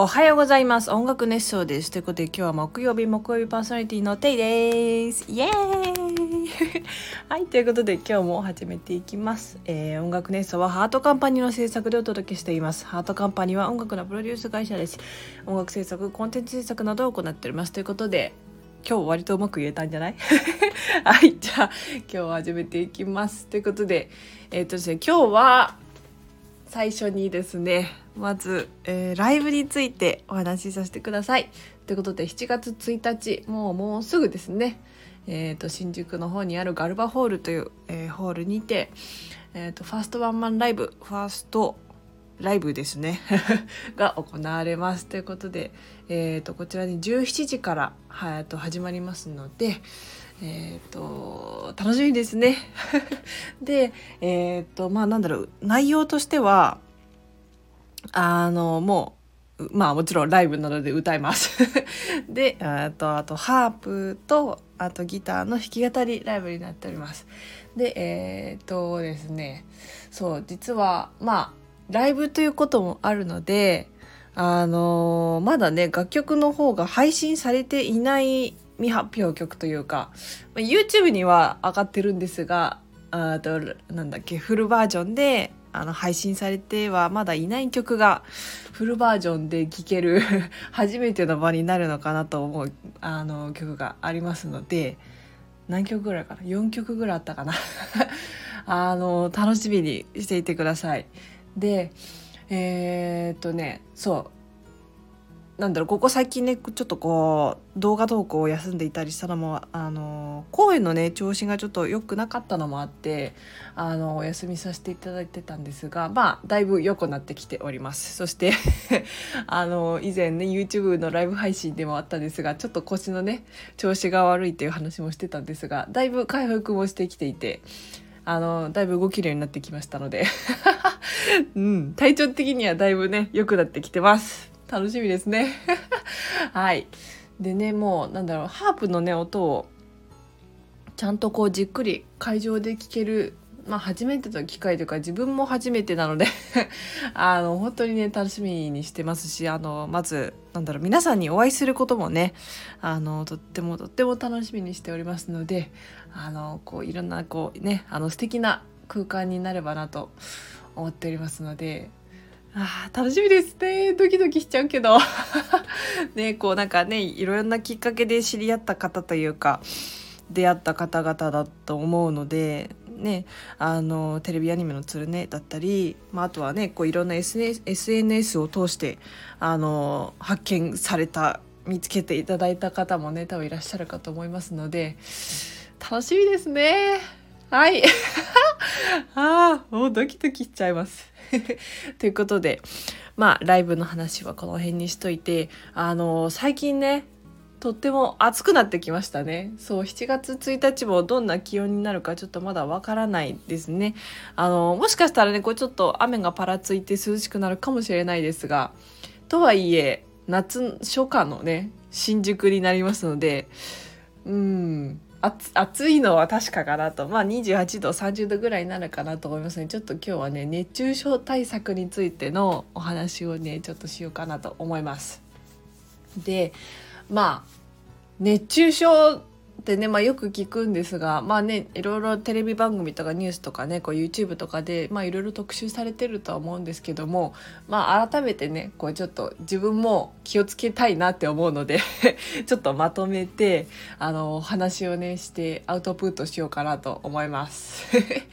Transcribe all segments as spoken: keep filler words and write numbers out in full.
おはようございます。音楽熱唱です。ということで今日は木曜日木曜日パーソナリティのテイです。イエーイはいということで今日も始めていきます、えー、音楽熱唱はハートカンパニーの制作でお届けしています。ハートカンパニーは音楽のプロデュース会社です。音楽制作コンテンツ制作などを行っております。ということで今日割とうまく言えたんじゃないはいじゃあ今日始めていきますということでえっ、ー、とですね今日は最初にですねまず、えー、ライブについてお話しさせてくださいということでしちがつついたちもうもうすぐですね、えー、と新宿の方にあるガルバホールという、えー、ホールにて、えー、とファーストワンマンライブファーストライブですねが行われますということで、えー、とこちらにじゅうしちじから、はい、と始まりますのでえー、と楽しみですねでえー、とまあなんだろう内容としてはあのもうまあもちろんライブなので歌いますであとあとハープとあとギターの弾き語りライブになっております。でえっ、とですねそう実はまあライブということもあるのであのまだね楽曲の方が配信されていない未発表曲というか YouTube には上がってるんですがあとなんだっけフルバージョンであの配信されてはまだいない曲がフルバージョンで聴ける初めての場になるのかなと思うあの曲がありますので何曲ぐらいかなよんきょくぐらいあったかなあの楽しみにしていてください。でえー、っとねそうなんだろうここ最近ねちょっとこう動画投稿を休んでいたりしたのもあの声のね調子がちょっと良くなかったのもあってあのお休みさせていただいてたんですがまあだいぶ良くなってきております。そしてあの以前ね YouTube のライブ配信でもあったんですがちょっと腰のね調子が悪いっていう話もしてたんですがだいぶ回復もしてきていてあのだいぶ動けるようになってきましたので、うん、体調的にはだいぶね良くなってきてます。楽しみですねはいでねもうなんだろうハープのね音をちゃんとこうじっくり会場で聴けるまあ初めての機会というか自分も初めてなのであの本当にね楽しみにしてますしあのまずなんだろう皆さんにお会いすることもねあのとってもとっても楽しみにしておりますのであのこういろんなこうねあの素敵な空間になればなと思っておりますのであ楽しみですね。ドキドキしちゃうけどねこうなんかねいろんなきっかけで知り合った方というか出会った方々だと思うのでねあのテレビアニメのつるねだったり、まあ、あとはねこういろんな エスエヌエス を通してあの発見された見つけていただいた方もね多分いらっしゃるかと思いますので楽しみですね。はいあーもうドキドキしちゃいますということでまあライブの話はこの辺にしといてあの最近ねとっても暑くなってきましたね。そうしちがつついたちもどんな気温になるかちょっとまだわからないですね。あのもしかしたらねこうちょっと雨がパラついて涼しくなるかもしれないですがとはいえ夏初夏のね新宿になりますのでうん暑いのは確かかなとまあにじゅうはちどさんじゅうどぐらいになるかなと思いますね。ちょっと今日はね熱中症対策についてのお話をねちょっとしようかなと思います。でまあ熱中症ってね、まあ、よく聞くんですがまあねいろいろテレビ番組とかニュースとかねこう YouTube とかでまあいろいろ特集されてるとは思うんですけどもまあ改めてねこうちょっと自分も気をつけたいなって思うのでちょっとまとめてあのお話をねしてアウトプットしようかなと思います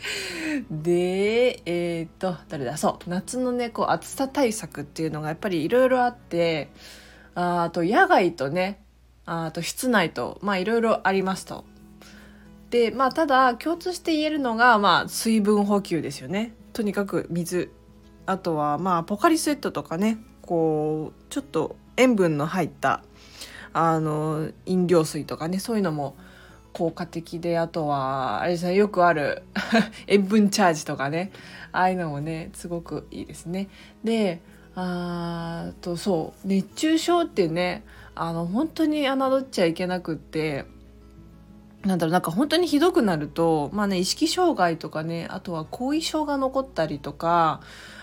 でえー、っと誰だそう夏のねこう暑さ対策っていうのがやっぱりいろいろあってあ、あと野外とねあと室内とまあいろいろありますと。でまあただ共通して言えるのがまあ水分補給ですよね。とにかく水あとはまあポカリスエットとかねこうちょっと塩分の入ったあの飲料水とかねそういうのも効果的であとはあれですねよくある塩分チャージとかねああいうのもねすごくいいですね。であとそう熱中症ってねあの本当に侮っちゃいけなくってなんだろうなんか本当にひどくなるとまあね意識障害とかねあとは後遺症が残ったりとか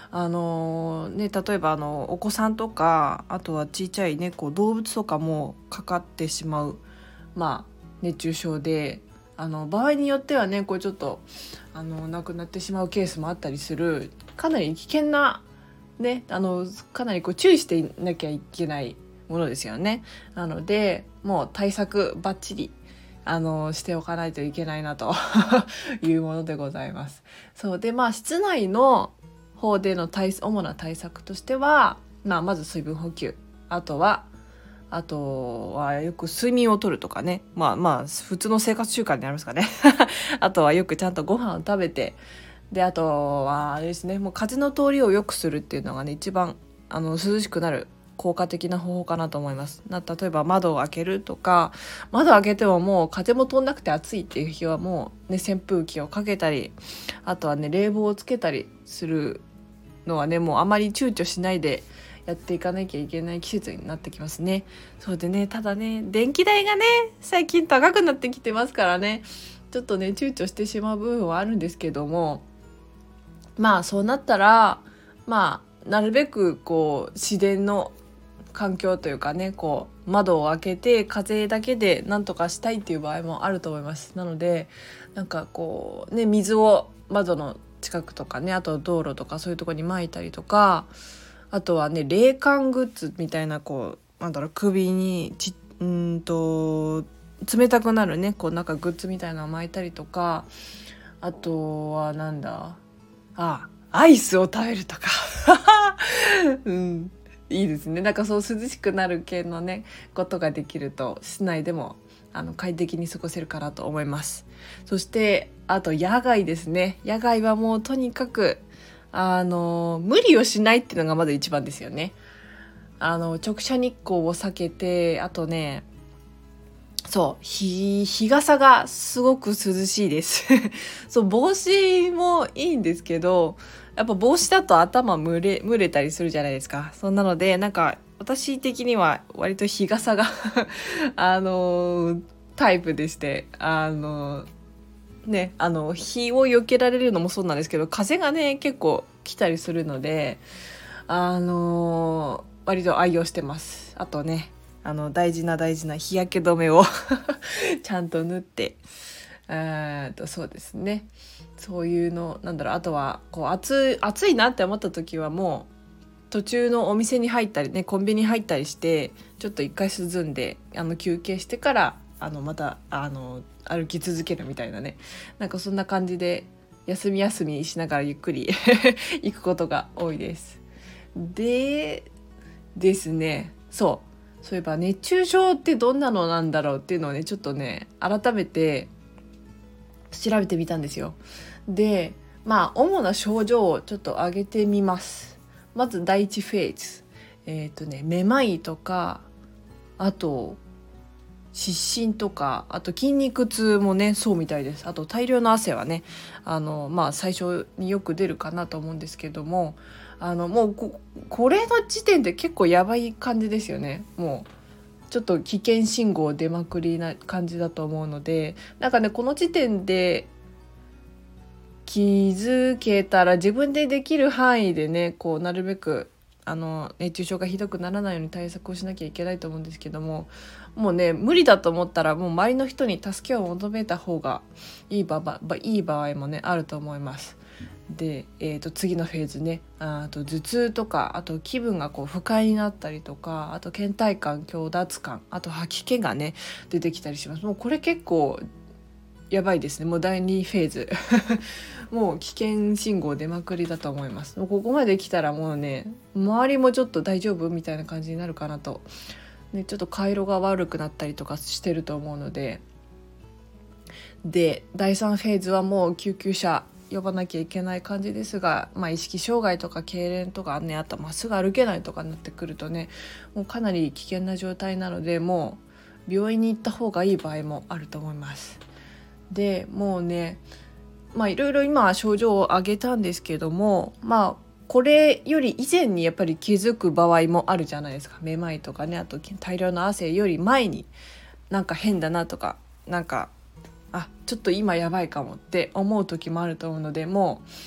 あのね、例えばあのお子さんとか、あとはちっちゃいねこう動物とかもかかってしまう、まあ、熱中症で、あの場合によってはねこうちょっとあの亡くなってしまうケースもあったりする、かなり危険な、ね、あのかなりこう注意していなきゃいけないものですよね。なのでもう対策バッチリあのしておかないといけないなというものでございます。そうで、まあ室内の方での対主な対策としては、まあ、まず水分補給、あとはあとはよく睡眠をとるとかね、まあまあ普通の生活習慣になりますかねあとはよくちゃんとご飯を食べて、であとはあれですね、もう風の通りを良くするっていうのがね一番あの涼しくなる効果的な方法かなと思います。な例えば窓を開けるとか、窓を開けてももう風も通んなくて暑いっていう日はもうね扇風機をかけたり、あとはね冷房をつけたりするのはねもうあまり躊躇しないでやっていかなきゃいけない季節になってきますね。そうでね、ただね電気代がね最近高くなってきてますからね、ちょっとね躊躇してしまう部分はあるんですけども、まあそうなったらまあなるべくこう自然の環境というかね、こう窓を開けて風だけでなんとかしたいっていう場合もあると思います。なのでなんかこうね水を窓の近くとかね、あと道路とかそういうところに撒いたりとか、あとはね冷感グッズみたいな、こうなんだろう、首にちうんと冷たくなるねこうなんかグッズみたいなのを巻いたりとか、あとはなんだあアイスを食べるとかうんいいですね。なんかそう涼しくなる系のねことができると室内でもあの快適に過ごせるかなと思います。そしてあと野外ですね。野外はもうとにかくあの無理をしないっていうのがまず一番ですよね。あの直射日光を避けて、あとねそう日日傘がすごく涼しいですそう帽子もいいんですけど、やっぱ帽子だと頭蒸れ蒸れたりするじゃないですか。そんなのでなんか私的には割と日傘があのタイプでして、あのねあの日を避けられるのもそうなんですけど、風がね結構来たりするので、あの割と愛用してます。あとねあの大事な大事な日焼け止めをちゃんと塗って、えーとそうですね、そういうのなんだろう、あとはこう暑い暑いなって思った時はもう途中のお店に入ったりねコンビニに入ったりしてちょっと一回涼んであの休憩してからあのまたあの歩き続けるみたいなね、なんかそんな感じで休み休みしながらゆっくり行くことが多いです。でですね、そうそういえば熱中症ってどんなのなんだろうっていうのをねちょっとね改めて調べてみたんですよ。でまあ主な症状をちょっと挙げてみます。まず第一フェーズ、えっとねめまいとか、あと失神とか、あと筋肉痛もねそうみたいです。あと大量の汗はねあのまあ最初によく出るかなと思うんですけども、あのもう こ, これの時点で結構やばい感じですよね。もうちょっと危険信号出まくりな感じだと思うので、なんかねこの時点で気づけたら自分でできる範囲でねこうなるべくあの熱中症がひどくならないように対策をしなきゃいけないと思うんですけども、もうね無理だと思ったらもう周りの人に助けを求めた方がいい場合、いい場合もねあると思います。で、えー、と次のフェーズね、あと頭痛とか、あと気分がこう不快になったりとか、あと倦怠感、強奪感、あと吐き気がね出てきたりします。もうこれ結構やばいですね。もうだいにフェーズもう危険信号出まくりだと思います。もうここまで来たらもうね周りもちょっと大丈夫みたいな感じになるかなと、ね、ちょっと回路が悪くなったりとかしてると思うので、でだいさんフェーズはもう救急車呼ばなきゃいけない感じですが、まあ、意識障害とか痙攣とかね、あとまっすぐ歩けないとかになってくるとねもうかなり危険な状態なので、もう病院に行った方がいい場合もあると思います。でもうねまあいろいろ今症状を挙げたんですけども、まあこれより以前にやっぱり気づく場合もあるじゃないですか。めまいとかね、あと大量の汗より前になんか変だなとか、なんかあちょっと今やばいかもって思う時もあると思うので、もう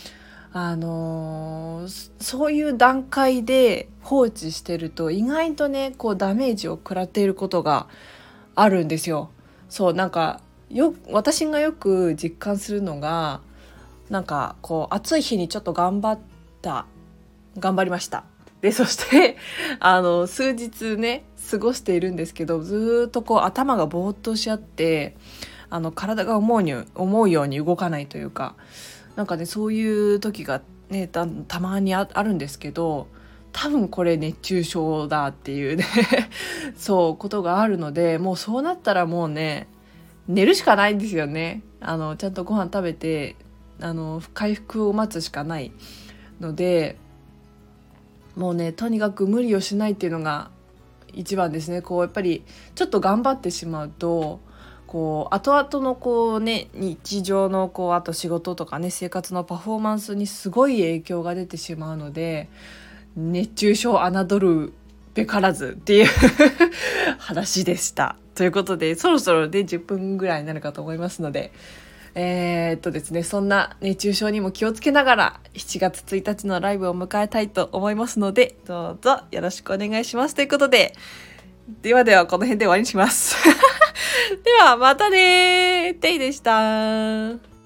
あのー、そういう段階で放置してると意外とねこうダメージを食らっていることがあるんですよ。そうなんかよ私がよく実感するのがなんかこう暑い日にちょっと頑張った頑張りましたでそしてあの数日ね過ごしているんですけど、ずっとこう頭がぼーっとしちゃってあの体が思うに思うように動かないというか、なんかねそういう時がね た, たまに あ, あるんですけど、多分これ熱中症だっていうねそうことがあるので、もうそうなったらもうね寝るしかないんですよね。あのちゃんとご飯食べてあの回復を待つしかないので、もうねとにかく無理をしないっていうのが一番ですね。こうやっぱりちょっと頑張ってしまうとこう後々のこうね日常のこうあと仕事とかね生活のパフォーマンスにすごい影響が出てしまうので、熱中症侮るべからずっていう話でした。ということでそろそろでじゅっぷんぐらいになるかと思いますので、えー、っとですねそんな熱中症にも気をつけながらしちがつついたちのライブを迎えたいと思いますので、どうぞよろしくお願いしますということで、ではではこの辺で終わりにしますではまたねー、テイでした。